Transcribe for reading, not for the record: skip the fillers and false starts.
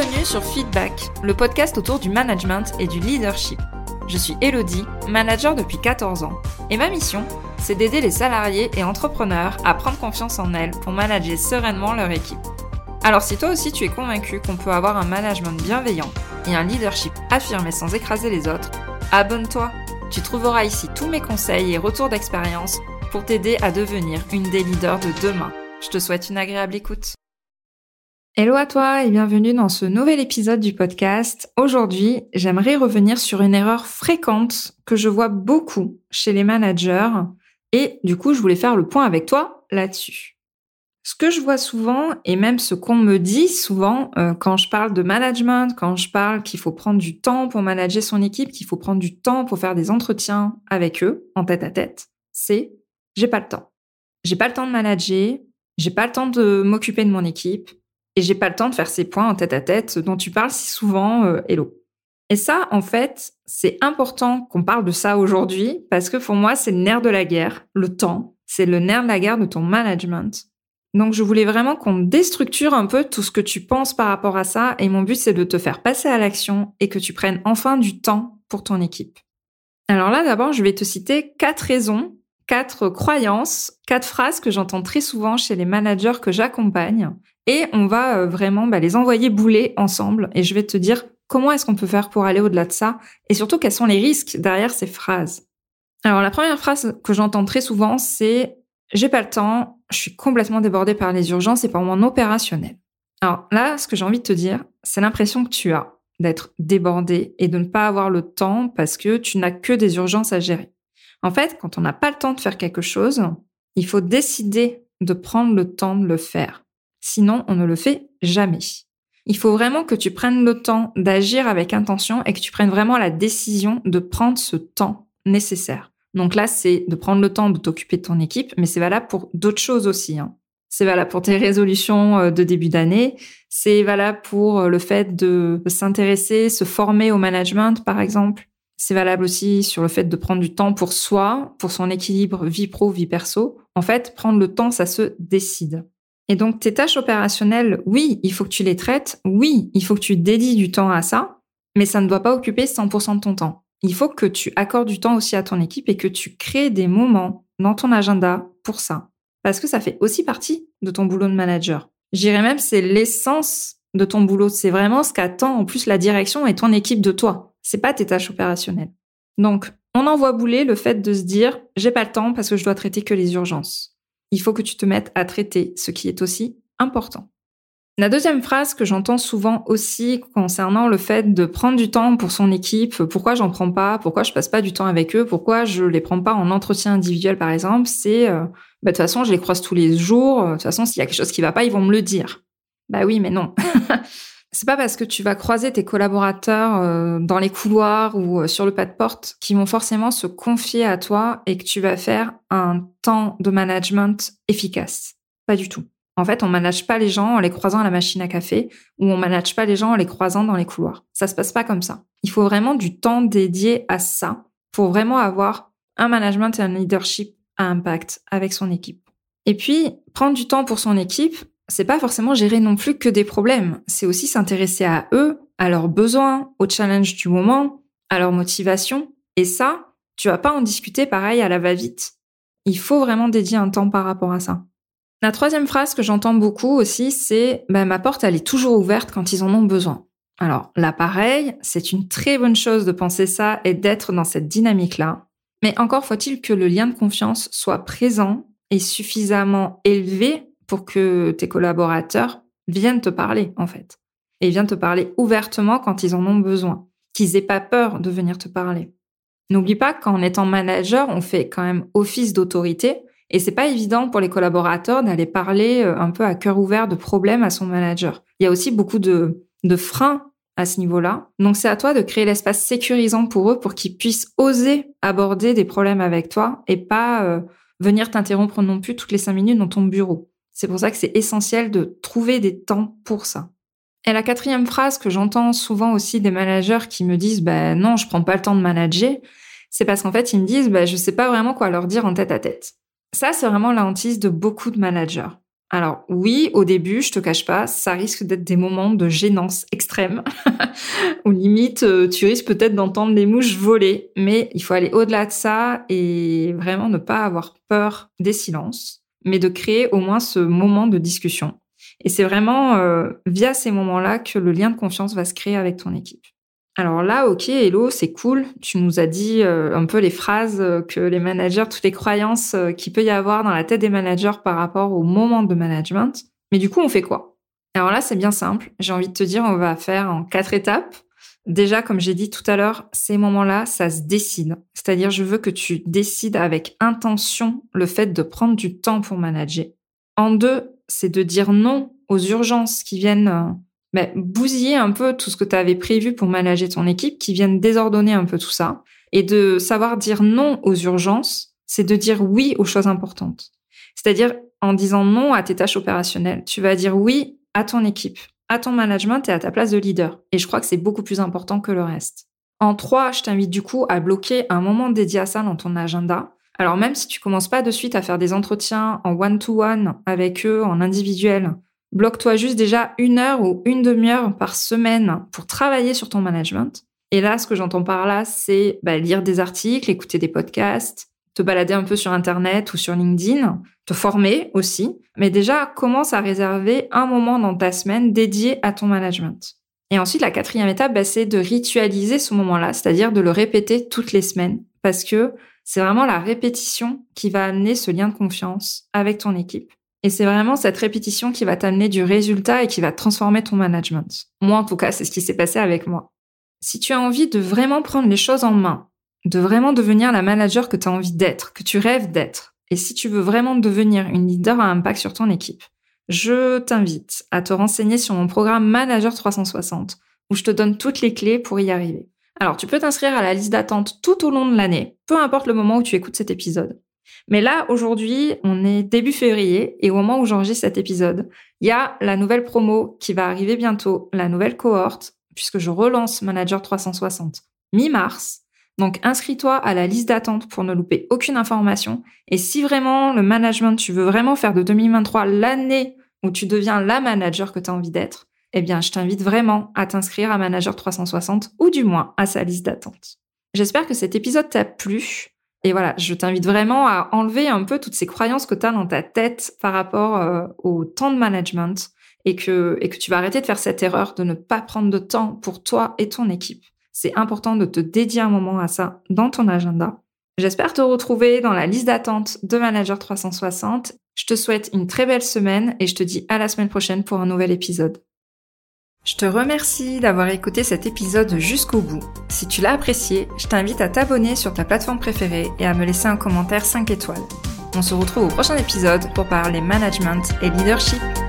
Bienvenue sur Feedback, le podcast autour du management et du leadership. Je suis Elodie, manager depuis 14 ans, et ma mission, c'est d'aider les salariés et entrepreneurs à prendre confiance en elles pour manager sereinement leur équipe. Alors si toi aussi tu es convaincu qu'on peut avoir un management bienveillant et un leadership affirmé sans écraser les autres, abonne-toi. Tu trouveras ici tous mes conseils et retours d'expérience pour t'aider à devenir une des leaders de demain. Je te souhaite une agréable écoute. Hello à toi et bienvenue dans ce nouvel épisode du podcast. Aujourd'hui, j'aimerais revenir sur une erreur fréquente que je vois beaucoup chez les managers et du coup, je voulais faire le point avec toi là-dessus. Ce que je vois souvent et même ce qu'on me dit souvent quand je parle de management, quand je parle qu'il faut prendre du temps pour manager son équipe, qu'il faut prendre du temps pour faire des entretiens avec eux en tête à tête, c'est « j'ai pas le temps ». J'ai pas le temps de manager, j'ai pas le temps de m'occuper de mon équipe, et j'ai pas le temps de faire ces points en tête-à-tête dont tu parles si souvent, Hello. Et ça, en fait, c'est important qu'on parle de ça aujourd'hui parce que pour moi, c'est le nerf de la guerre. Le temps, c'est le nerf de la guerre de ton management. Donc, je voulais vraiment qu'on déstructure un peu tout ce que tu penses par rapport à ça. Et mon but, c'est de te faire passer à l'action et que tu prennes enfin du temps pour ton équipe. Alors là, d'abord, je vais te citer 4 raisons, 4 croyances, 4 phrases que j'entends très souvent chez les managers que j'accompagne. Et on va vraiment les envoyer bouler ensemble. Et je vais te dire comment est-ce qu'on peut faire pour aller au-delà de ça. Et surtout, quels sont les risques derrière ces phrases. Alors, la première phrase que j'entends très souvent, c'est « j'ai pas le temps, je suis complètement débordée par les urgences et par mon opérationnel ». Alors là, ce que j'ai envie de te dire, c'est l'impression que tu as d'être débordée et de ne pas avoir le temps parce que tu n'as que des urgences à gérer. En fait, quand on n'a pas le temps de faire quelque chose, il faut décider de prendre le temps de le faire. Sinon, on ne le fait jamais. Il faut vraiment que tu prennes le temps d'agir avec intention et que tu prennes vraiment la décision de prendre ce temps nécessaire. Donc là, c'est de prendre le temps de t'occuper de ton équipe, mais c'est valable pour d'autres choses aussi. C'est valable pour tes résolutions de début d'année. C'est valable pour le fait de s'intéresser, se former au management, par exemple. C'est valable aussi sur le fait de prendre du temps pour soi, pour son équilibre vie pro, vie perso. En fait, prendre le temps, ça se décide. Et donc, tes tâches opérationnelles, oui, il faut que tu les traites. Oui, il faut que tu dédies du temps à ça, mais ça ne doit pas occuper 100% de ton temps. Il faut que tu accordes du temps aussi à ton équipe et que tu crées des moments dans ton agenda pour ça. Parce que ça fait aussi partie de ton boulot de manager. Je dirais même, c'est l'essence de ton boulot. C'est vraiment ce qu'attend en plus la direction et ton équipe de toi. C'est pas tes tâches opérationnelles. Donc, on envoie bouler le fait de se dire « j'ai pas le temps parce que je dois traiter que les urgences ». Il faut que tu te mettes à traiter ce qui est aussi important. La deuxième phrase que j'entends souvent aussi concernant le fait de prendre du temps pour son équipe, pourquoi j'en prends pas, pourquoi je passe pas du temps avec eux, pourquoi je les prends pas en entretien individuel par exemple, c'est de toute façon je les croise tous les jours, de toute façon s'il y a quelque chose qui va pas, ils vont me le dire. Bah oui, mais non. C'est pas parce que tu vas croiser tes collaborateurs dans les couloirs ou sur le pas de porte qu'ils vont forcément se confier à toi et que tu vas faire un temps de management efficace. Pas du tout. En fait, on manage pas les gens en les croisant à la machine à café ou on manage pas les gens en les croisant dans les couloirs. Ça se passe pas comme ça. Il faut vraiment du temps dédié à ça pour vraiment avoir un management et un leadership à impact avec son équipe. Et puis, prendre du temps pour son équipe, c'est pas forcément gérer non plus que des problèmes. C'est aussi s'intéresser à eux, à leurs besoins, aux challenges du moment, à leur motivation. Et ça, tu vas pas en discuter pareil à la va-vite. Il faut vraiment dédier un temps par rapport à ça. La troisième phrase que j'entends beaucoup aussi, c'est « ma porte, elle est toujours ouverte quand ils en ont besoin ». Alors là, pareil, c'est une très bonne chose de penser ça et d'être dans cette dynamique-là. Mais encore faut-il que le lien de confiance soit présent et suffisamment élevé pour que tes collaborateurs viennent te parler, en fait. Et viennent te parler ouvertement quand ils en ont besoin. Qu'ils aient pas peur de venir te parler. N'oublie pas qu'en étant manager, on fait quand même office d'autorité et c'est pas évident pour les collaborateurs d'aller parler un peu à cœur ouvert de problèmes à son manager. Il y a aussi beaucoup de freins à ce niveau-là. Donc c'est à toi de créer l'espace sécurisant pour eux pour qu'ils puissent oser aborder des problèmes avec toi et pas venir t'interrompre non plus toutes les 5 minutes dans ton bureau. C'est pour ça que c'est essentiel de trouver des temps pour ça. Et la quatrième phrase que j'entends souvent aussi des managers qui me disent « non, je prends pas le temps de manager », c'est parce qu'en fait, ils me disent « je sais pas vraiment quoi leur dire en tête à tête ». Ça, c'est vraiment la hantise de beaucoup de managers. Alors oui, au début, je te cache pas, ça risque d'être des moments de gênance extrême, où limite, tu risques peut-être d'entendre les mouches voler, mais il faut aller au-delà de ça et vraiment ne pas avoir peur des silences, mais de créer au moins ce moment de discussion. Et c'est vraiment via ces moments-là que le lien de confiance va se créer avec ton équipe. Alors là, ok, hello, c'est cool. Tu nous as dit un peu les phrases que les managers, toutes les croyances qu'il peut y avoir dans la tête des managers par rapport au moment de management. Mais du coup, on fait quoi? Alors là, c'est bien simple. J'ai envie de te dire, on va faire en 4 étapes. Déjà, comme j'ai dit tout à l'heure, ces moments-là, ça se décide. C'est-à-dire, je veux que tu décides avec intention le fait de prendre du temps pour manager. En 2, c'est de dire non aux urgences qui viennent bousiller un peu tout ce que tu avais prévu pour manager ton équipe, qui viennent désordonner un peu tout ça. Et de savoir dire non aux urgences, c'est de dire oui aux choses importantes. C'est-à-dire, en disant non à tes tâches opérationnelles, tu vas dire oui à ton équipe, à ton management et à ta place de leader. Et je crois que c'est beaucoup plus important que le reste. En 3, je t'invite du coup à bloquer un moment dédié à ça dans ton agenda. Alors même si tu commences pas de suite à faire des entretiens en one-to-one avec eux, en individuel, bloque-toi juste déjà 1 heure ou 1 demi-heure par semaine pour travailler sur ton management. Et là, ce que j'entends par là, c'est lire des articles, écouter des podcasts, te balader un peu sur Internet ou sur LinkedIn, te former aussi. Mais déjà, commence à réserver un moment dans ta semaine dédié à ton management. Et ensuite, la 4e étape, c'est de ritualiser ce moment-là, c'est-à-dire de le répéter toutes les semaines. Parce que c'est vraiment la répétition qui va amener ce lien de confiance avec ton équipe. Et c'est vraiment cette répétition qui va t'amener du résultat et qui va transformer ton management. Moi, en tout cas, c'est ce qui s'est passé avec moi. Si tu as envie de vraiment prendre les choses en main, de vraiment devenir la manager que tu as envie d'être, que tu rêves d'être, et si tu veux vraiment devenir une leader à impact sur ton équipe, je t'invite à te renseigner sur mon programme Manager 360, où je te donne toutes les clés pour y arriver. Alors, tu peux t'inscrire à la liste d'attente tout au long de l'année, peu importe le moment où tu écoutes cet épisode. Mais là, aujourd'hui, on est début février et au moment où j'enregistre cet épisode, il y a la nouvelle promo qui va arriver bientôt, la nouvelle cohorte, puisque je relance Manager 360 mi-mars. Donc, inscris-toi à la liste d'attente pour ne louper aucune information. Et si vraiment le management, tu veux vraiment faire de 2023 l'année où tu deviens la manager que tu as envie d'être, eh bien, je t'invite vraiment à t'inscrire à Manager 360 ou du moins à sa liste d'attente. J'espère que cet épisode t'a plu. Et voilà, je t'invite vraiment à enlever un peu toutes ces croyances que tu as dans ta tête par rapport au temps de management et que tu vas arrêter de faire cette erreur de ne pas prendre de temps pour toi et ton équipe. C'est important de te dédier un moment à ça dans ton agenda. J'espère te retrouver dans la liste d'attente de Manager 360. Je te souhaite une très belle semaine et je te dis à la semaine prochaine pour un nouvel épisode. Je te remercie d'avoir écouté cet épisode jusqu'au bout. Si tu l'as apprécié, je t'invite à t'abonner sur ta plateforme préférée et à me laisser un commentaire 5 étoiles. On se retrouve au prochain épisode pour parler management et leadership.